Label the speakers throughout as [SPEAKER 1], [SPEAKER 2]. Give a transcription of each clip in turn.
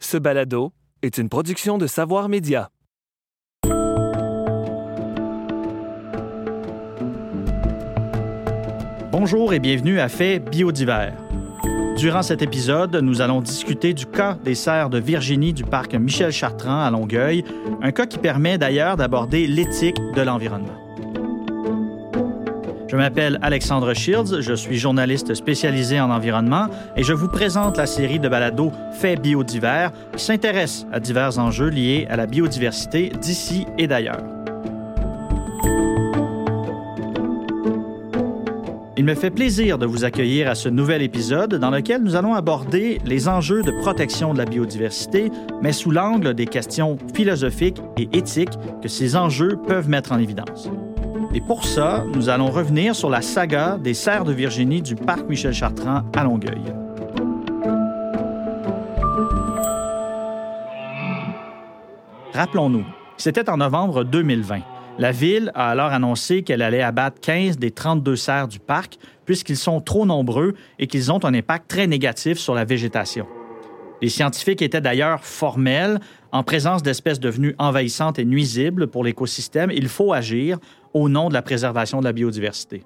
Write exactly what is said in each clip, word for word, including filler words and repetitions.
[SPEAKER 1] Ce balado est une production de Savoir Média.
[SPEAKER 2] Bonjour et bienvenue à Faits biodivers. Durant cet épisode, nous allons discuter du cas des cerfs de Virginie du parc Michel Chartrand à Longueuil, un cas qui permet d'ailleurs d'aborder l'éthique de l'environnement. Je m'appelle Alexandre Shields, je suis journaliste spécialisé en environnement et je vous présente la série de balados Faits biodivers qui s'intéresse à divers enjeux liés à la biodiversité d'ici et d'ailleurs. Il me fait plaisir de vous accueillir à ce nouvel épisode dans lequel nous allons aborder les enjeux de protection de la biodiversité, mais sous l'angle des questions philosophiques et éthiques que ces enjeux peuvent mettre en évidence. Et pour ça, nous allons revenir sur la saga des cerfs de Virginie du parc Michel Chartrand à Longueuil. Rappelons-nous, c'était en novembre deux mille vingt. La Ville a alors annoncé qu'elle allait abattre quinze des trente-deux cerfs du parc puisqu'ils sont trop nombreux et qu'ils ont un impact très négatif sur la végétation. Les scientifiques étaient d'ailleurs formels. En présence d'espèces devenues envahissantes et nuisibles pour l'écosystème, il faut agir au nom de la préservation de la biodiversité.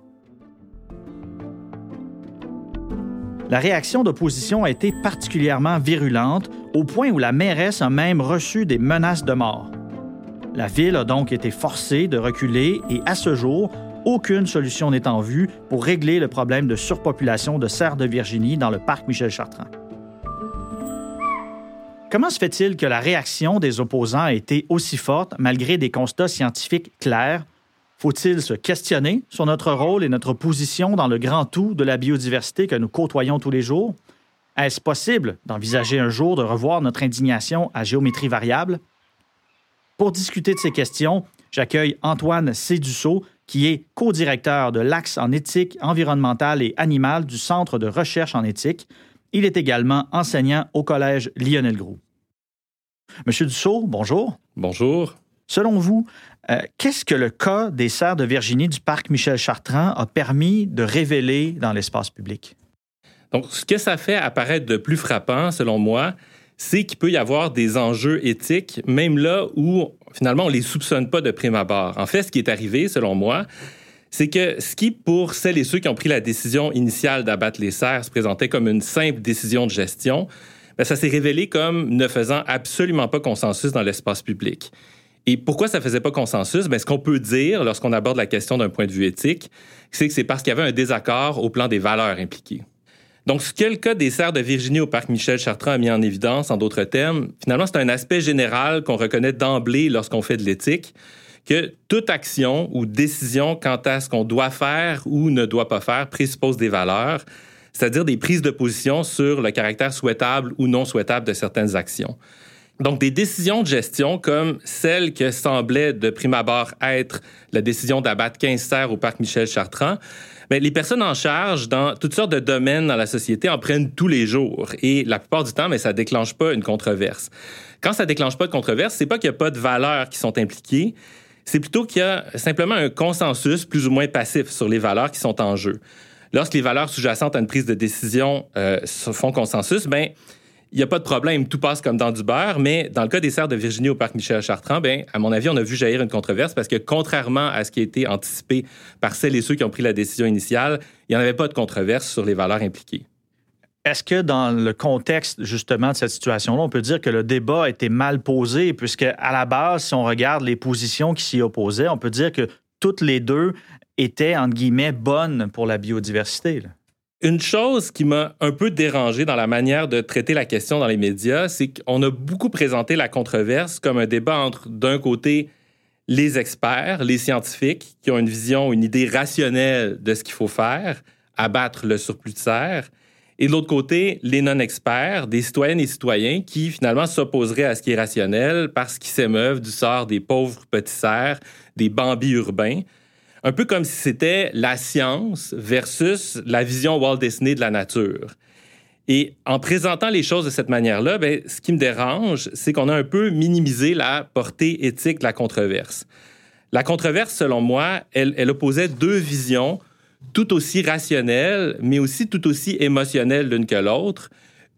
[SPEAKER 2] La réaction d'opposition a été particulièrement virulente, au point où la mairesse a même reçu des menaces de mort. La Ville a donc été forcée de reculer et, à ce jour, aucune solution n'est en vue pour régler le problème de surpopulation de cerfs de Virginie dans le parc Michel Chartrand. Comment se fait-il que la réaction des opposants a été aussi forte malgré des constats scientifiques clairs? Faut-il se questionner sur notre rôle et notre position dans le grand tout de la biodiversité que nous côtoyons tous les jours? Est-ce possible d'envisager un jour de revoir notre indignation à géométrie variable? Pour discuter de ces questions, j'accueille Antoine Sédusseau, qui est co-directeur de l'Axe en éthique environnementale et animale du Centre de recherche en éthique. Il est également enseignant au Collège Lionel Groulx. Monsieur Dusseau, bonjour.
[SPEAKER 3] Bonjour.
[SPEAKER 2] Selon vous, euh, qu'est-ce que le cas des cerfs de Virginie du parc Michel Chartrand a permis de révéler dans l'espace public?
[SPEAKER 3] Donc, ce que ça fait apparaître de plus frappant, selon moi, c'est qu'il peut y avoir des enjeux éthiques, même là où, finalement, on ne les soupçonne pas de prime abord. En fait, ce qui est arrivé, selon moi, c'est que ce qui, pour celles et ceux qui ont pris la décision initiale d'abattre les cerfs, se présentait comme une simple décision de gestion, bien, ça s'est révélé comme ne faisant absolument pas consensus dans l'espace public. Et pourquoi ça ne faisait pas consensus? Bien, ce qu'on peut dire lorsqu'on aborde la question d'un point de vue éthique, c'est que c'est parce qu'il y avait un désaccord au plan des valeurs impliquées. Donc, ce que le cas des cerfs de Virginie au parc Michel Chartrand a mis en évidence, en d'autres termes, finalement, c'est un aspect général qu'on reconnaît d'emblée lorsqu'on fait de l'éthique, que toute action ou décision quant à ce qu'on doit faire ou ne doit pas faire présuppose des valeurs, c'est-à-dire des prises de position sur le caractère souhaitable ou non souhaitable de certaines actions. Donc, des décisions de gestion comme celle que semblait de prime abord être la décision d'abattre quinze cerfs au parc Michel Chartrand, bien, les personnes en charge dans toutes sortes de domaines dans la société en prennent tous les jours. Et la plupart du temps, bien, ça ne déclenche pas une controverse. Quand ça ne déclenche pas de controverse, c'est pas qu'il n'y a pas de valeurs qui sont impliquées, c'est plutôt qu'il y a simplement un consensus plus ou moins passif sur les valeurs qui sont en jeu. Lorsque les valeurs sous-jacentes à une prise de décision euh, font consensus, bien, il n'y a pas de problème, tout passe comme dans du beurre, mais dans le cas des cerfs de Virginie au parc Michel Chartrand, bien, à mon avis, on a vu jaillir une controverse parce que contrairement à ce qui a été anticipé par celles et ceux qui ont pris la décision initiale, il n'y en avait pas de controverse sur les valeurs impliquées.
[SPEAKER 2] Est-ce que dans le contexte, justement, de cette situation-là, on peut dire que le débat a été mal posé, puisque à la base, si on regarde les positions qui s'y opposaient, on peut dire que toutes les deux étaient, entre guillemets, bonnes pour la biodiversité, là?
[SPEAKER 3] Une chose qui m'a un peu dérangé dans la manière de traiter la question dans les médias, c'est qu'on a beaucoup présenté la controverse comme un débat entre, d'un côté, les experts, les scientifiques, qui ont une vision, une idée rationnelle de ce qu'il faut faire, abattre le surplus de cerfs, et de l'autre côté, les non-experts, des citoyennes et citoyens qui, finalement, s'opposeraient à ce qui est rationnel parce qu'ils s'émeuvent du sort des pauvres petits cerfs, des bambis urbains. Un peu comme si c'était la science versus la vision Walt Disney de la nature. Et en présentant les choses de cette manière-là, bien, ce qui me dérange, c'est qu'on a un peu minimisé la portée éthique de la controverse. La controverse, selon moi, elle, elle opposait deux visions tout aussi rationnelles, mais aussi tout aussi émotionnelles l'une que l'autre.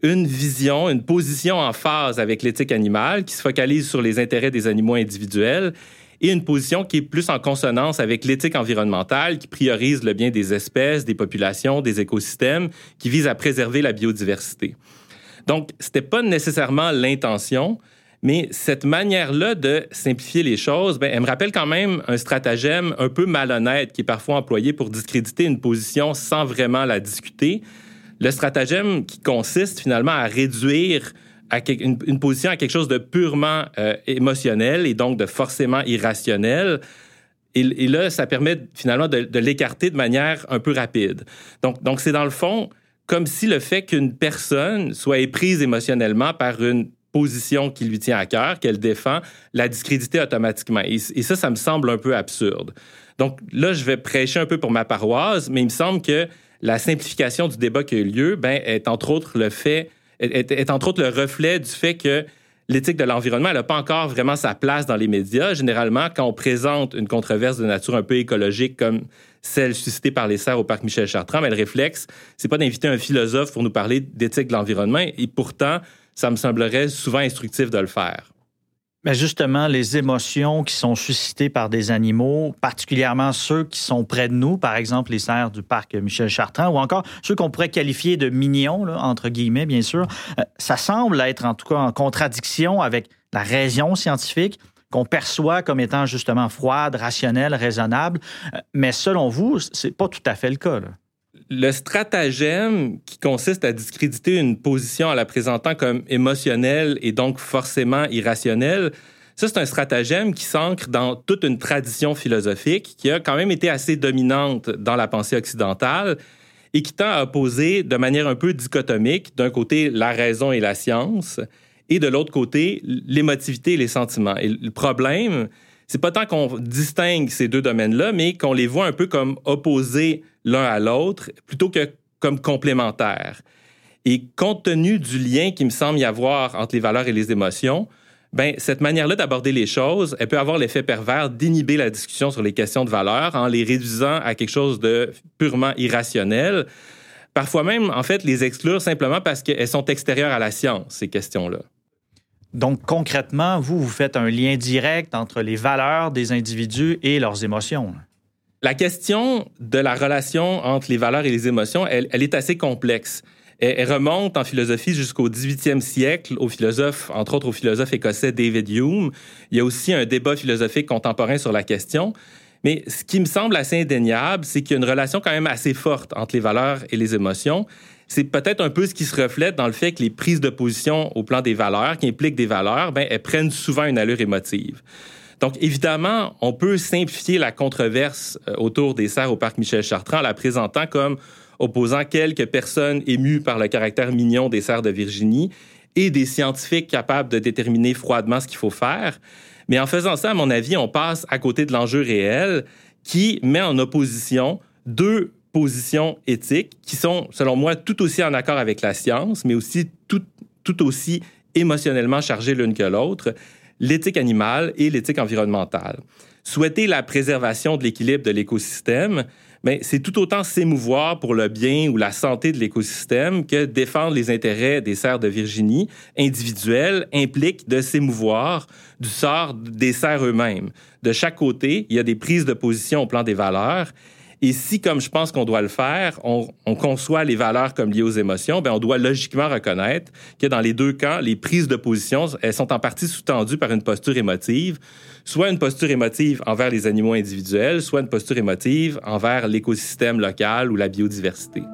[SPEAKER 3] une vision, une position en phase avec l'éthique animale qui se focalise sur les intérêts des animaux individuels et une position qui est plus en consonance avec l'éthique environnementale qui priorise le bien des espèces, des populations, des écosystèmes, qui vise à préserver la biodiversité. Donc, c'était pas nécessairement l'intention, mais cette manière-là de simplifier les choses, ben, elle me rappelle quand même un stratagème un peu malhonnête qui est parfois employé pour discréditer une position sans vraiment la discuter. Le stratagème qui consiste finalement à réduire à une, une position à quelque chose de purement euh, émotionnel et donc de forcément irrationnel. Et, et là, ça permet finalement de, de l'écarter de manière un peu rapide. Donc, donc, c'est dans le fond comme si le fait qu'une personne soit éprise émotionnellement par une position qui lui tient à cœur, qu'elle défend, la discréditer automatiquement. Et, et ça, ça me semble un peu absurde. Donc là, je vais prêcher un peu pour ma paroisse, mais il me semble que la simplification du débat qui a eu lieu ben, est entre autres le fait, est, est entre autres le reflet du fait que l'éthique de l'environnement, elle n'a pas encore vraiment sa place dans les médias. Généralement, quand on présente une controverse de nature un peu écologique comme celle suscitée par les serres au parc Michel-Chartrand, mais le réflexe, c'est pas d'inviter un philosophe pour nous parler d'éthique de l'environnement. Et pourtant, ça me semblerait souvent instructif de le faire.
[SPEAKER 2] Mais justement, les émotions qui sont suscitées par des animaux, particulièrement ceux qui sont près de nous, par exemple les cerfs du parc Michel-Chartrand, ou encore ceux qu'on pourrait qualifier de mignons, là, entre guillemets, bien sûr, euh, ça semble être en tout cas en contradiction avec la raison scientifique qu'on perçoit comme étant justement froide, rationnelle, raisonnable. Euh, mais selon vous, c'est pas tout à fait le cas, là.
[SPEAKER 3] Le stratagème qui consiste à discréditer une position en la présentant comme émotionnelle et donc forcément irrationnelle, ça, c'est un stratagème qui s'ancre dans toute une tradition philosophique qui a quand même été assez dominante dans la pensée occidentale et qui tend à opposer de manière un peu dichotomique, d'un côté, la raison et la science, et de l'autre côté, l'émotivité et les sentiments. Et le problème, c'est pas tant qu'on distingue ces deux domaines-là, mais qu'on les voit un peu comme opposés l'un à l'autre, plutôt que comme complémentaires. Et compte tenu du lien qui me semble y avoir entre les valeurs et les émotions, ben cette manière-là d'aborder les choses, elle peut avoir l'effet pervers d'inhiber la discussion sur les questions de valeurs en les réduisant à quelque chose de purement irrationnel. Parfois même, en fait, les exclure simplement parce qu'elles sont extérieures à la science, ces questions-là.
[SPEAKER 2] Donc, concrètement, vous, vous faites un lien direct entre les valeurs des individus et leurs émotions.
[SPEAKER 3] La question de la relation entre les valeurs et les émotions, elle, elle est assez complexe. Elle, elle remonte en philosophie jusqu'au dix-huitième siècle, au philosophe, entre autres au philosophe écossais David Hume. Il y a aussi un débat philosophique contemporain sur la question. Mais ce qui me semble assez indéniable, c'est qu'il y a une relation quand même assez forte entre les valeurs et les émotions. C'est peut-être un peu ce qui se reflète dans le fait que les prises de position au plan des valeurs, qui impliquent des valeurs, ben, elles prennent souvent une allure émotive. Donc, évidemment, on peut simplifier la controverse autour des cerfs au parc Michel-Chartrand en la présentant comme opposant quelques personnes émues par le caractère mignon des cerfs de Virginie et des scientifiques capables de déterminer froidement ce qu'il faut faire. Mais en faisant ça, à mon avis, on passe à côté de l'enjeu réel qui met en opposition deux positions éthiques qui sont, selon moi, tout aussi en accord avec la science, mais aussi tout, tout aussi émotionnellement chargées l'une que l'autre, l'éthique animale et l'éthique environnementale. Souhaiter la préservation de l'équilibre de l'écosystème, bien, c'est tout autant s'émouvoir pour le bien ou la santé de l'écosystème que défendre les intérêts des cerfs de Virginie individuels implique de s'émouvoir du sort des cerfs eux-mêmes. De chaque côté, il y a des prises de position au plan des valeurs. Et si, comme je pense qu'on doit le faire, on, on conçoit les valeurs comme liées aux émotions, bien, on doit logiquement reconnaître que dans les deux cas, les prises de position, elles sont en partie sous-tendues par une posture émotive, soit une posture émotive envers les animaux individuels, soit une posture émotive envers l'écosystème local ou la biodiversité.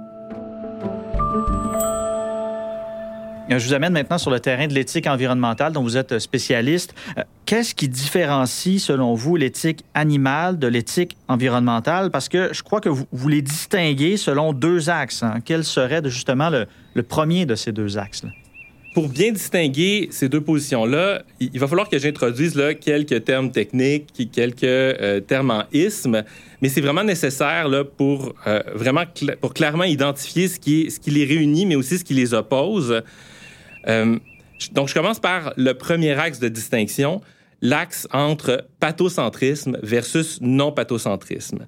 [SPEAKER 2] Je vous amène maintenant sur le terrain de l'éthique environnementale dont vous êtes spécialiste. Qu'est-ce qui différencie, selon vous, l'éthique animale de l'éthique environnementale? Parce que je crois que vous, vous les distinguez selon deux axes. Hein. Quel serait justement le, le premier de ces deux axes-là?
[SPEAKER 3] Pour bien distinguer ces deux positions-là, il va falloir que j'introduise là, quelques termes techniques, quelques euh, termes en isme, mais c'est vraiment nécessaire là, pour, euh, vraiment cl- pour clairement identifier ce qui, ce qui les réunit, mais aussi ce qui les oppose. Euh, donc, je commence par le premier axe de distinction, l'axe entre pathocentrisme versus non-pathocentrisme.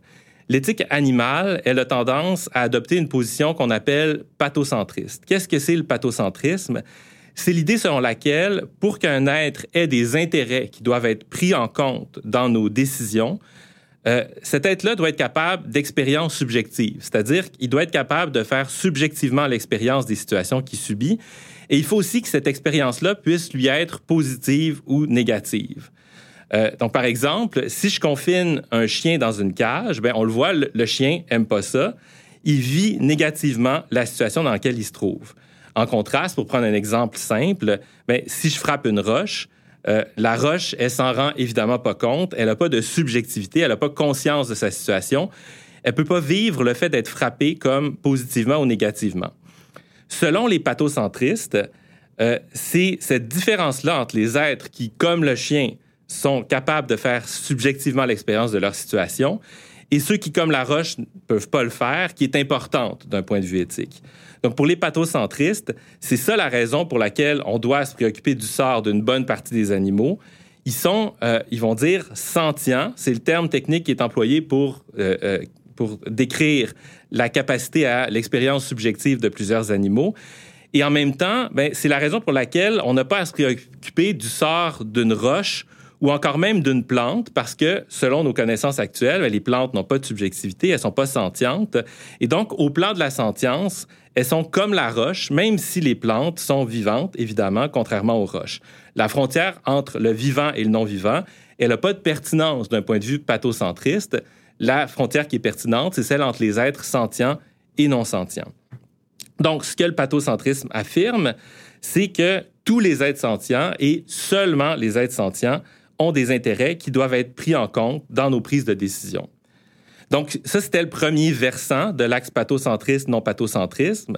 [SPEAKER 3] l'éthique animale, elle a tendance à adopter une position qu'on appelle pathocentriste. Qu'est-ce que c'est le pathocentrisme? C'est l'idée selon laquelle, pour qu'un être ait des intérêts qui doivent être pris en compte dans nos décisions, euh, cet être-là doit être capable d'expériences subjectives, c'est-à-dire qu'il doit être capable de faire subjectivement l'expérience des situations qu'il subit, et il faut aussi que cette expérience-là puisse lui être positive ou négative. Euh, donc, par exemple, si je confine un chien dans une cage, ben, on le voit, le, le chien aime pas ça. Il vit négativement la situation dans laquelle il se trouve. En contraste, pour prendre un exemple simple, ben, si je frappe une roche, euh, la roche, elle s'en rend évidemment pas compte. Elle n'a pas de subjectivité, elle n'a pas conscience de sa situation. Elle peut pas vivre le fait d'être frappée comme positivement ou négativement. Selon les pathocentristes, euh, c'est cette différence-là entre les êtres qui, comme le chien, sont capables de faire subjectivement l'expérience de leur situation et ceux qui, comme la roche, ne peuvent pas le faire, qui est importante d'un point de vue éthique. Donc, pour les pathocentristes, c'est ça la raison pour laquelle on doit se préoccuper du sort d'une bonne partie des animaux. Ils sont, euh, ils vont dire, sentients. C'est le terme technique qui est employé pour, euh, euh, pour décrire la capacité à l'expérience subjective de plusieurs animaux. Et en même temps, ben, c'est la raison pour laquelle on n'a pas à se préoccuper du sort d'une roche ou encore même d'une plante, parce que, selon nos connaissances actuelles, les plantes n'ont pas de subjectivité, elles ne sont pas sentientes. Et donc, au plan de la sentience, elles sont comme la roche, même si les plantes sont vivantes, évidemment, contrairement aux roches. La frontière entre le vivant et le non-vivant, elle n'a pas de pertinence d'un point de vue pathocentriste. La frontière qui est pertinente, c'est celle entre les êtres sentients et non sentients. Donc, ce que le pathocentrisme affirme, c'est que tous les êtres sentients et seulement les êtres sentients ont des intérêts qui doivent être pris en compte dans nos prises de décision. Donc, ça, c'était le premier versant de l'axe pathocentriste-non-pathocentrisme,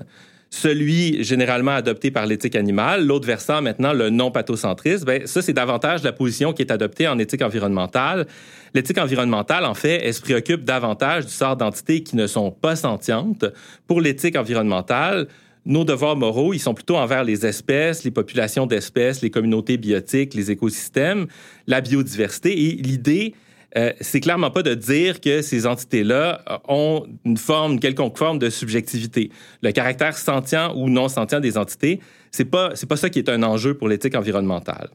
[SPEAKER 3] celui généralement adopté par l'éthique animale. L'autre versant, maintenant, le non-pathocentrisme, bien, ça, c'est davantage la position qui est adoptée en éthique environnementale. L'éthique environnementale, en fait, elle se préoccupe davantage du sort d'entités qui ne sont pas sentientes. Pour l'éthique environnementale, nos devoirs moraux, ils sont plutôt envers les espèces, les populations d'espèces, les communautés biotiques, les écosystèmes, la biodiversité. Et l'idée, euh, c'est clairement pas de dire que ces entités-là ont une forme, une quelconque forme de subjectivité. Le caractère sentient ou non sentient des entités, c'est pas, c'est pas ça qui est un enjeu pour l'éthique environnementale.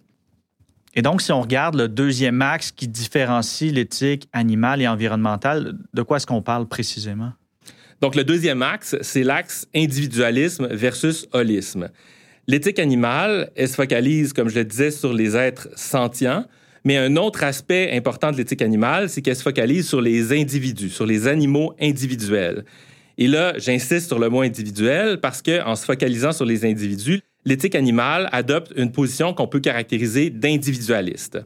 [SPEAKER 2] Et donc, si on regarde le deuxième axe qui différencie l'éthique animale et environnementale, de quoi est-ce qu'on parle précisément?
[SPEAKER 3] Donc, le deuxième axe, c'est l'axe individualisme versus holisme. L'éthique animale, elle se focalise, comme je le disais, sur les êtres sentients, mais un autre aspect important de l'éthique animale, c'est qu'elle se focalise sur les individus, sur les animaux individuels. Et là, j'insiste sur le mot individuel parce qu'en se focalisant sur les individus, l'éthique animale adopte une position qu'on peut caractériser d'individualiste.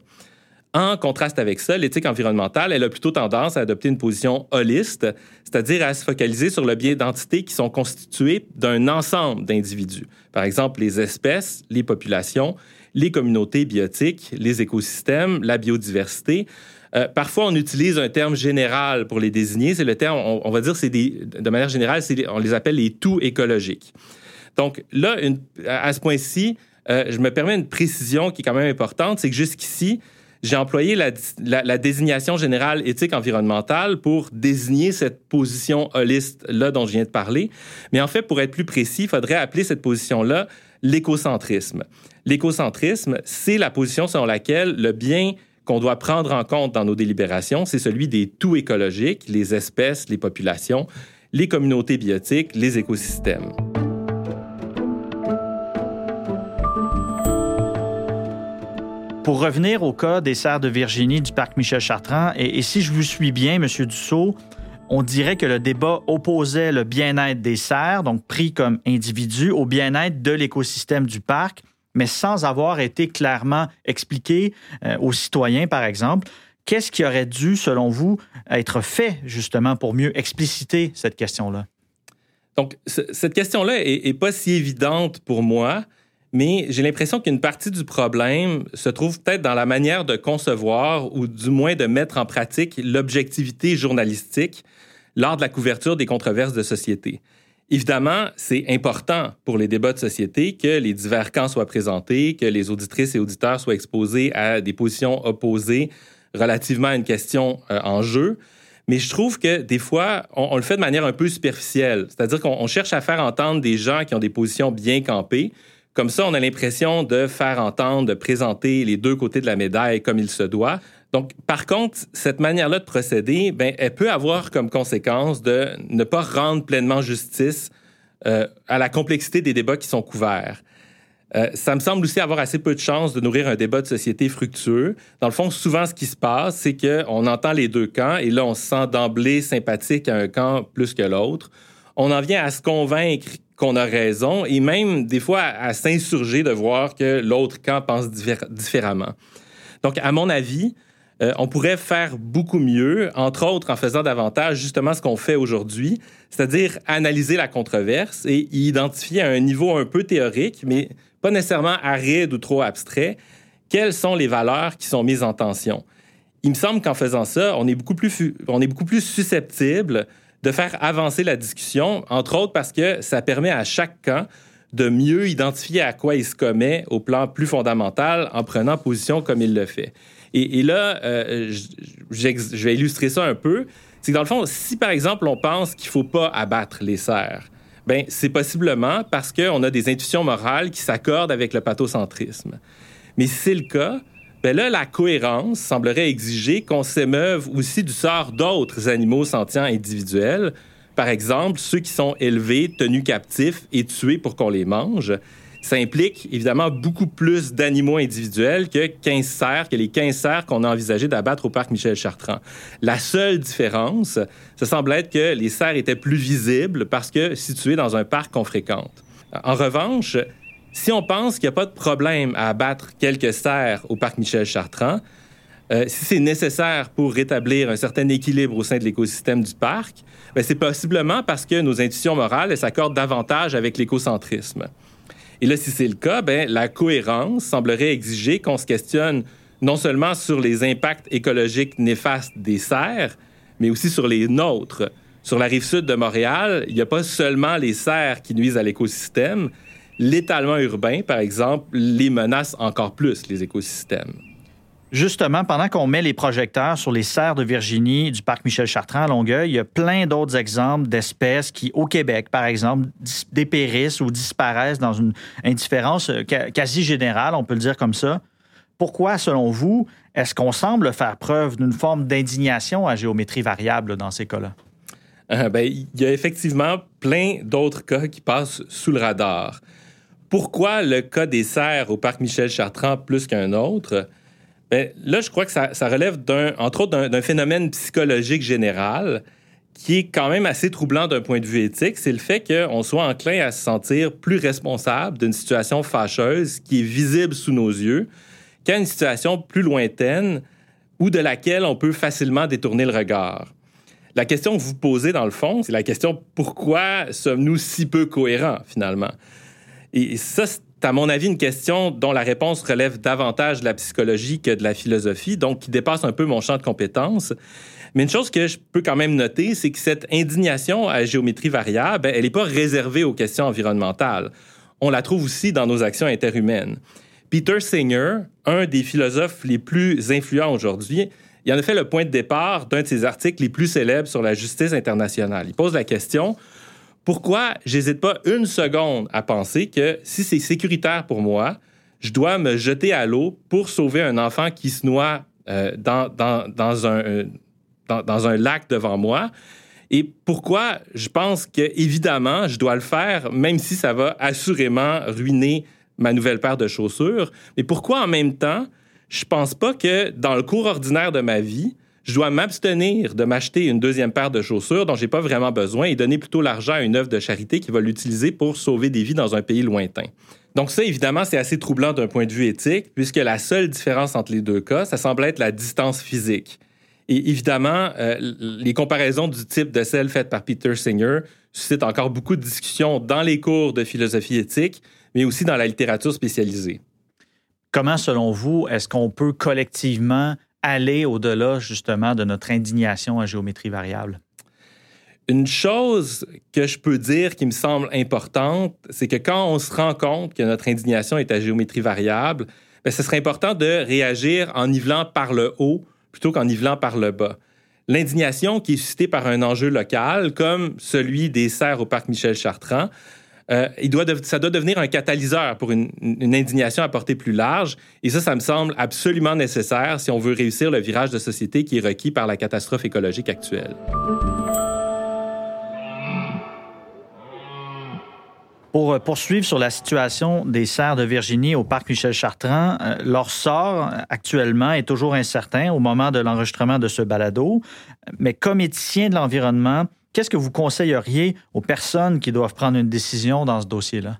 [SPEAKER 3] En contraste avec ça, l'éthique environnementale, elle a plutôt tendance à adopter une position holiste, c'est-à-dire à se focaliser sur le biais d'entités qui sont constituées d'un ensemble d'individus. Par exemple, les espèces, les populations, les communautés biotiques, les écosystèmes, la biodiversité. Euh, parfois, on utilise un terme général pour les désigner. C'est le terme, on, on va dire, c'est des, de manière générale, c'est, on les appelle les tout écologiques. Donc là, une, à ce point-ci, euh, je me permets une précision qui est quand même importante, c'est que jusqu'ici, j'ai employé la, la, la désignation générale éthique environnementale pour désigner cette position holiste-là dont je viens de parler. Mais en fait, pour être plus précis, il faudrait appeler cette position-là l'écocentrisme. L'écocentrisme, c'est la position selon laquelle le bien qu'on doit prendre en compte dans nos délibérations, c'est celui des tout écologiques, les espèces, les populations, les communautés biotiques, les écosystèmes.
[SPEAKER 2] Pour revenir au cas des cerfs de Virginie du parc Michel-Chartrand, et, et si je vous suis bien, M. Dussault, on dirait que le débat opposait le bien-être des cerfs, donc pris comme individus, au bien-être de l'écosystème du parc, mais sans avoir été clairement expliqué euh, aux citoyens, par exemple. Qu'est-ce qui aurait dû, selon vous, être fait justement pour mieux expliciter cette question-là?
[SPEAKER 3] Donc, c- cette question-là est, est pas si évidente pour moi, mais j'ai l'impression qu'une partie du problème se trouve peut-être dans la manière de concevoir ou du moins de mettre en pratique l'objectivité journalistique lors de la couverture des controverses de société. Évidemment, c'est important pour les débats de société que les divers camps soient présentés, que les auditrices et auditeurs soient exposés à des positions opposées relativement à une question euh, en jeu. Mais je trouve que des fois, on, on le fait de manière un peu superficielle. C'est-à-dire qu'on on cherche à faire entendre des gens qui ont des positions bien campées. Comme ça, on a l'impression de faire entendre, de présenter les deux côtés de la médaille comme il se doit. Donc, par contre, cette manière-là de procéder, ben, elle peut avoir comme conséquence de ne pas rendre pleinement justice euh, à la complexité des débats qui sont couverts. Euh, ça me semble aussi avoir assez peu de chances de nourrir un débat de société fructueux. Dans le fond, souvent, ce qui se passe, c'est qu'on entend les deux camps et là, on se sent d'emblée sympathique à un camp plus que l'autre. On en vient à se convaincre qu'on a raison et même, des fois, à, à s'insurger de voir que l'autre camp pense diffé- différemment. Donc, à mon avis, euh, on pourrait faire beaucoup mieux, entre autres en faisant davantage justement ce qu'on fait aujourd'hui, c'est-à-dire analyser la controverse et y identifier à un niveau un peu théorique, mais pas nécessairement aride ou trop abstrait, quelles sont les valeurs qui sont mises en tension. Il me semble qu'en faisant ça, on est beaucoup plus, on est beaucoup plus susceptible de faire avancer la discussion, entre autres parce que ça permet à chaque camp de mieux identifier à quoi il se commet au plan plus fondamental en prenant position comme il le fait. Et, et là, euh, je, je vais illustrer ça un peu. C'est que dans le fond, si par exemple on pense qu'il ne faut pas abattre les cerfs, ben c'est possiblement parce qu'on a des intuitions morales qui s'accordent avec le pathocentrisme. Mais si c'est le cas, ben là, la cohérence semblerait exiger qu'on s'émeuve aussi du sort d'autres animaux sentients individuels, par exemple ceux qui sont élevés, tenus captifs et tués pour qu'on les mange. Ça implique évidemment beaucoup plus d'animaux individuels que quinze cerfs, que les quinze cerfs qu'on a envisagé d'abattre au parc Michel-Chartrand. La seule différence, ça semble être que les cerfs étaient plus visibles parce que situés dans un parc qu'on fréquente. En revanche, si on pense qu'il n'y a pas de problème à abattre quelques cerfs au parc Michel-Chartrand, euh, si c'est nécessaire pour rétablir un certain équilibre au sein de l'écosystème du parc, bien, c'est possiblement parce que nos intuitions morales elles, s'accordent davantage avec l'écocentrisme. Et là, si c'est le cas, bien, la cohérence semblerait exiger qu'on se questionne non seulement sur les impacts écologiques néfastes des cerfs, mais aussi sur les nôtres. Sur la rive sud de Montréal, il n'y a pas seulement les cerfs qui nuisent à l'écosystème. L'étalement urbain, par exemple, les menace encore plus, les écosystèmes.
[SPEAKER 2] Justement, pendant qu'on met les projecteurs sur les cerfs de Virginie du parc Michel-Chartrand à Longueuil, il y a plein d'autres exemples d'espèces qui, au Québec, par exemple, dépérissent ou disparaissent dans une indifférence quasi générale, on peut le dire comme ça. Pourquoi, selon vous, est-ce qu'on semble faire preuve d'une forme d'indignation à géométrie variable dans ces cas-là?
[SPEAKER 3] Euh, ben, il y a effectivement plein d'autres cas qui passent sous le radar. Pourquoi le cas des cerfs au parc Michel-Chartrand plus qu'un autre? Bien, là, je crois que ça, ça relève, d'un, entre autres, d'un, d'un phénomène psychologique général qui est quand même assez troublant d'un point de vue éthique. C'est le fait qu'on soit enclin à se sentir plus responsable d'une situation fâcheuse qui est visible sous nos yeux qu'à une situation plus lointaine ou de laquelle on peut facilement détourner le regard. La question que vous posez, dans le fond, c'est la question « Pourquoi sommes-nous si peu cohérents, finalement? » Et ça, c'est à mon avis, une question dont la réponse relève davantage de la psychologie que de la philosophie, donc qui dépasse un peu mon champ de compétences. Mais une chose que je peux quand même noter, c'est que cette indignation à géométrie variable, elle n'est pas réservée aux questions environnementales. On la trouve aussi dans nos actions interhumaines. Peter Singer, un des philosophes les plus influents aujourd'hui, il en a fait le point de départ d'un de ses articles les plus célèbres sur la justice internationale. Il pose la question: pourquoi j'hésite pas une seconde à penser que si c'est sécuritaire pour moi, je dois me jeter à l'eau pour sauver un enfant qui se noie euh, dans, dans, dans, un, euh, dans, dans un lac devant moi? Et pourquoi je pense que, évidemment, je dois le faire, même si ça va assurément ruiner ma nouvelle paire de chaussures? Mais pourquoi, en même temps, je pense pas que, dans le cours ordinaire de ma vie, je dois m'abstenir de m'acheter une deuxième paire de chaussures dont j'ai pas vraiment besoin et donner plutôt l'argent à une œuvre de charité qui va l'utiliser pour sauver des vies dans un pays lointain. Donc ça, évidemment, c'est assez troublant d'un point de vue éthique, puisque la seule différence entre les deux cas, ça semble être la distance physique. Et évidemment, euh, les comparaisons du type de celles faites par Peter Singer suscitent encore beaucoup de discussions dans les cours de philosophie éthique, mais aussi dans la littérature spécialisée.
[SPEAKER 2] Comment, selon vous, est-ce qu'on peut collectivement aller au-delà, justement, de notre indignation à géométrie variable?
[SPEAKER 3] Une chose que je peux dire qui me semble importante, c'est que quand on se rend compte que notre indignation est à géométrie variable, bien, ce serait important de réagir en nivelant par le haut plutôt qu'en nivelant par le bas. l'indignation qui est suscitée par un enjeu local, comme celui des cerfs au parc Michel-Chartrand, euh, il doit de, ça doit devenir un catalyseur pour une, une indignation à portée plus large. Et ça, ça me semble absolument nécessaire si on veut réussir le virage de société qui est requis par la catastrophe écologique actuelle.
[SPEAKER 2] Pour poursuivre sur la situation des cerfs de Virginie au parc Michel-Chartrand, euh, leur sort actuellement est toujours incertain au moment de l'enregistrement de ce balado. Mais comme éthicien de l'environnement, qu'est-ce que vous conseilleriez aux personnes qui doivent prendre une décision dans ce dossier-là?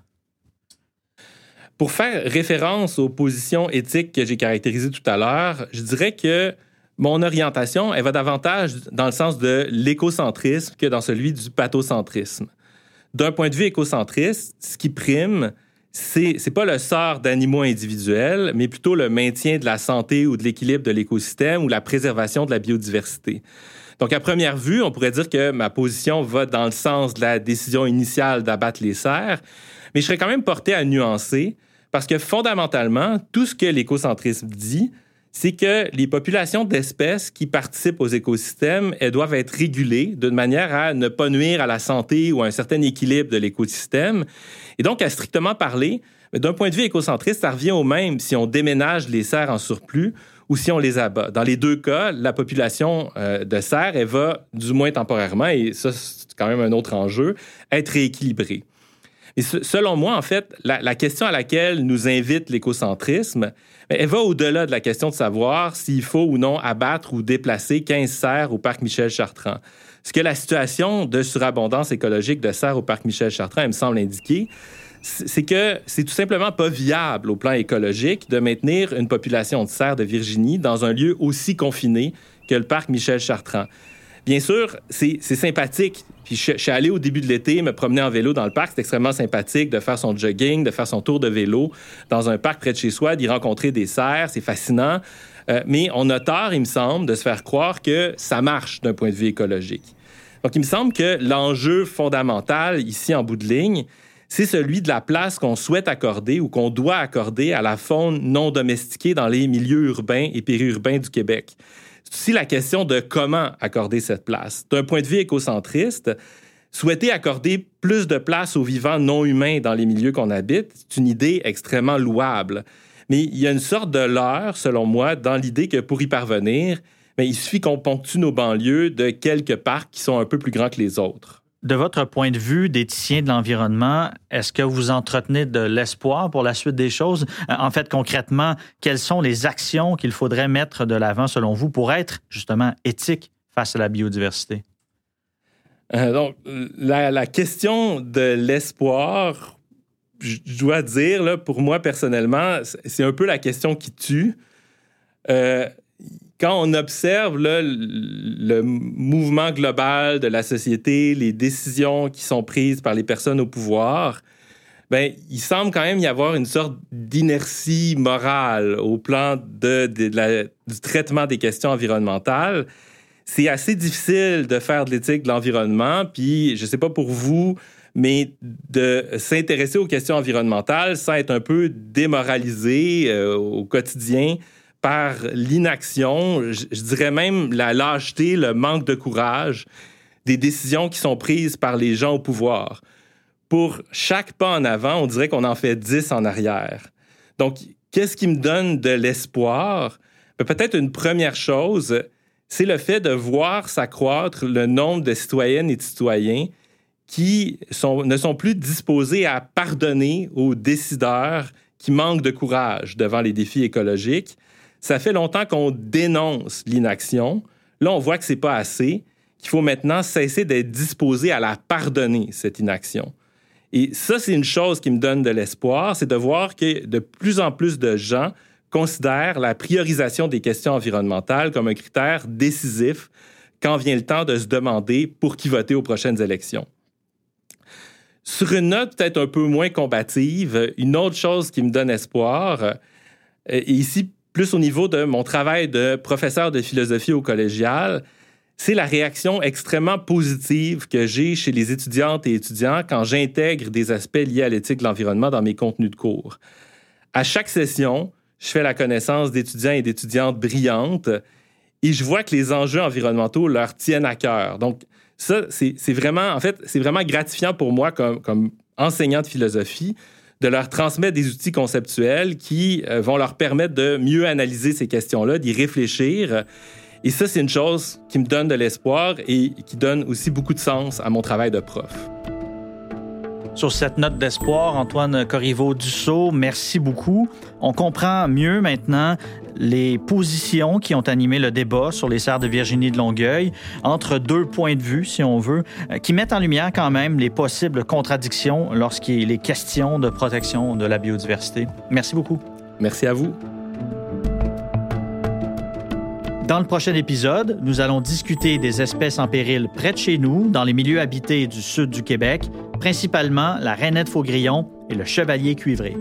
[SPEAKER 3] Pour faire référence aux positions éthiques que j'ai caractérisées tout à l'heure, je dirais que mon orientation, elle va davantage dans le sens de l'écocentrisme que dans celui du pathocentrisme. D'un point de vue écocentriste, ce qui prime, c'est, c'est pas le sort d'animaux individuels, mais plutôt le maintien de la santé ou de l'équilibre de l'écosystème ou la préservation de la biodiversité. Donc, à première vue, on pourrait dire que ma position va dans le sens de la décision initiale d'abattre les cerfs, mais je serais quand même porté à nuancer parce que fondamentalement, tout ce que l'écocentrisme dit, c'est que les populations d'espèces qui participent aux écosystèmes, elles doivent être régulées de manière à ne pas nuire à la santé ou à un certain équilibre de l'écosystème. Et donc, à strictement parler, d'un point de vue écocentriste, ça revient au même si on déménage les cerfs en surplus ou si on les abat. Dans les deux cas, la population euh, de cerfs, elle va, du moins temporairement, et ça, c'est quand même un autre enjeu, être rééquilibrée. Et selon moi, en fait, la, la question à laquelle nous invite l'écocentrisme, elle va au-delà de la question de savoir s'il faut ou non abattre ou déplacer quinze cerfs au parc Michel-Chartrand. Ce que la situation de surabondance écologique de cerfs au parc Michel-Chartrand, elle me semble indiquer, c'est que c'est tout simplement pas viable au plan écologique de maintenir une population de cerfs de Virginie dans un lieu aussi confiné que le parc Michel-Chartrand. Bien sûr, c'est, c'est sympathique. Puis je, je suis allé au début de l'été me promener en vélo dans le parc. C'est extrêmement sympathique de faire son jogging, de faire son tour de vélo dans un parc près de chez soi, d'y rencontrer des cerfs. C'est fascinant. Euh, mais on a tort, il me semble, de se faire croire que ça marche d'un point de vue écologique. Donc, il me semble que l'enjeu fondamental ici, en bout de ligne, c'est celui de la place qu'on souhaite accorder ou qu'on doit accorder à la faune non domestiquée dans les milieux urbains et périurbains du Québec. C'est aussi la question de comment accorder cette place. D'un point de vue écocentriste, souhaiter accorder plus de place aux vivants non humains dans les milieux qu'on habite, c'est une idée extrêmement louable. Mais il y a une sorte de leurre, selon moi, dans l'idée que pour y parvenir, bien, il suffit qu'on ponctue nos banlieues de quelques parcs qui sont un peu plus grands que les autres.
[SPEAKER 2] De votre point de vue d'éthicien de l'environnement, est-ce que vous entretenez de l'espoir pour la suite des choses? En fait, concrètement, quelles sont les actions qu'il faudrait mettre de l'avant, selon vous, pour être justement éthique face à la biodiversité?
[SPEAKER 3] Euh, donc, la, la question de l'espoir, je dois dire, là, pour moi, personnellement, c'est un peu la question qui tue. Euh, Quand on observe là, le mouvement global de la société, les décisions qui sont prises par les personnes au pouvoir, bien, il semble quand même y avoir une sorte d'inertie morale au plan de, de, de la, du traitement des questions environnementales. C'est assez difficile de faire de l'éthique de l'environnement, puis je ne sais pas pour vous, mais de s'intéresser aux questions environnementales sans être un peu démoralisé euh, au quotidien par l'inaction, je, je dirais même la lâcheté, le manque de courage des décisions qui sont prises par les gens au pouvoir. Pour chaque pas en avant, on dirait qu'on en fait dix en arrière. Donc, qu'est-ce qui me donne de l'espoir? Peut-être une première chose, c'est le fait de voir s'accroître le nombre de citoyennes et de citoyens qui sont, ne sont plus disposés à pardonner aux décideurs qui manquent de courage devant les défis écologiques. Ça fait longtemps qu'on dénonce l'inaction. Là, on voit que c'est pas assez, qu'il faut maintenant cesser d'être disposé à la pardonner, cette inaction. Et ça, c'est une chose qui me donne de l'espoir, c'est de voir que de plus en plus de gens considèrent la priorisation des questions environnementales comme un critère décisif quand vient le temps de se demander pour qui voter aux prochaines élections. Sur une note peut-être un peu moins combative, une autre chose qui me donne espoir, et ici, plus au niveau de mon travail de professeur de philosophie au collégial, c'est la réaction extrêmement positive que j'ai chez les étudiantes et étudiants quand j'intègre des aspects liés à l'éthique de l'environnement dans mes contenus de cours. À chaque session, je fais la connaissance d'étudiants et d'étudiantes brillantes et je vois que les enjeux environnementaux leur tiennent à cœur. Donc, ça, c'est, c'est vraiment, en fait, c'est vraiment gratifiant pour moi comme, comme enseignant de philosophie de leur transmettre des outils conceptuels qui euh, vont leur permettre de mieux analyser ces questions-là, d'y réfléchir. Et ça, c'est une chose qui me donne de l'espoir et qui donne aussi beaucoup de sens à mon travail de prof.
[SPEAKER 2] Sur cette note d'espoir, Antoine Corriveau-Dussault, merci beaucoup. On comprend mieux maintenant les positions qui ont animé le débat sur les serres de Virginie de Longueuil, entre deux points de vue, si on veut, qui mettent en lumière quand même les possibles contradictions lorsqu'il est question de protection de la biodiversité. Merci beaucoup.
[SPEAKER 3] Merci à vous.
[SPEAKER 2] Dans le prochain épisode, nous allons discuter des espèces en péril près de chez nous, dans les milieux habités du sud du Québec, principalement la rainette faugrillon et le chevalier cuivré.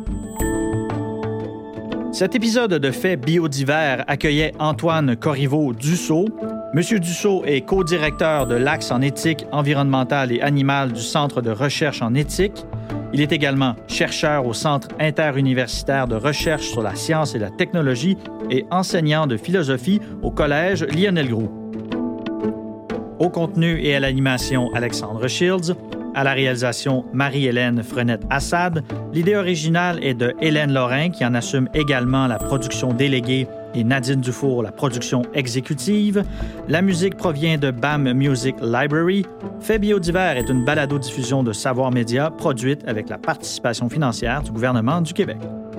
[SPEAKER 2] Cet épisode de Faits biodivers accueillait Antoine Corriveau-Dussault. Monsieur Dussault est co-directeur de l'Axe en éthique environnementale et animale du Centre de recherche en éthique. Il est également chercheur au Centre interuniversitaire de recherche sur la science et la technologie et enseignant de philosophie au Collège Lionel Groulx. Au contenu et à l'animation, Alexandre Shields. À la réalisation, Marie-Hélène Frenette-Assad. L'idée originale est de Hélène Lorrain, qui en assume également la production déléguée, et Nadine Dufour, la production exécutive. La musique provient de B A M Music Library. Faits biodivers est une balado-diffusion de Savoir Média produite avec la participation financière du gouvernement du Québec.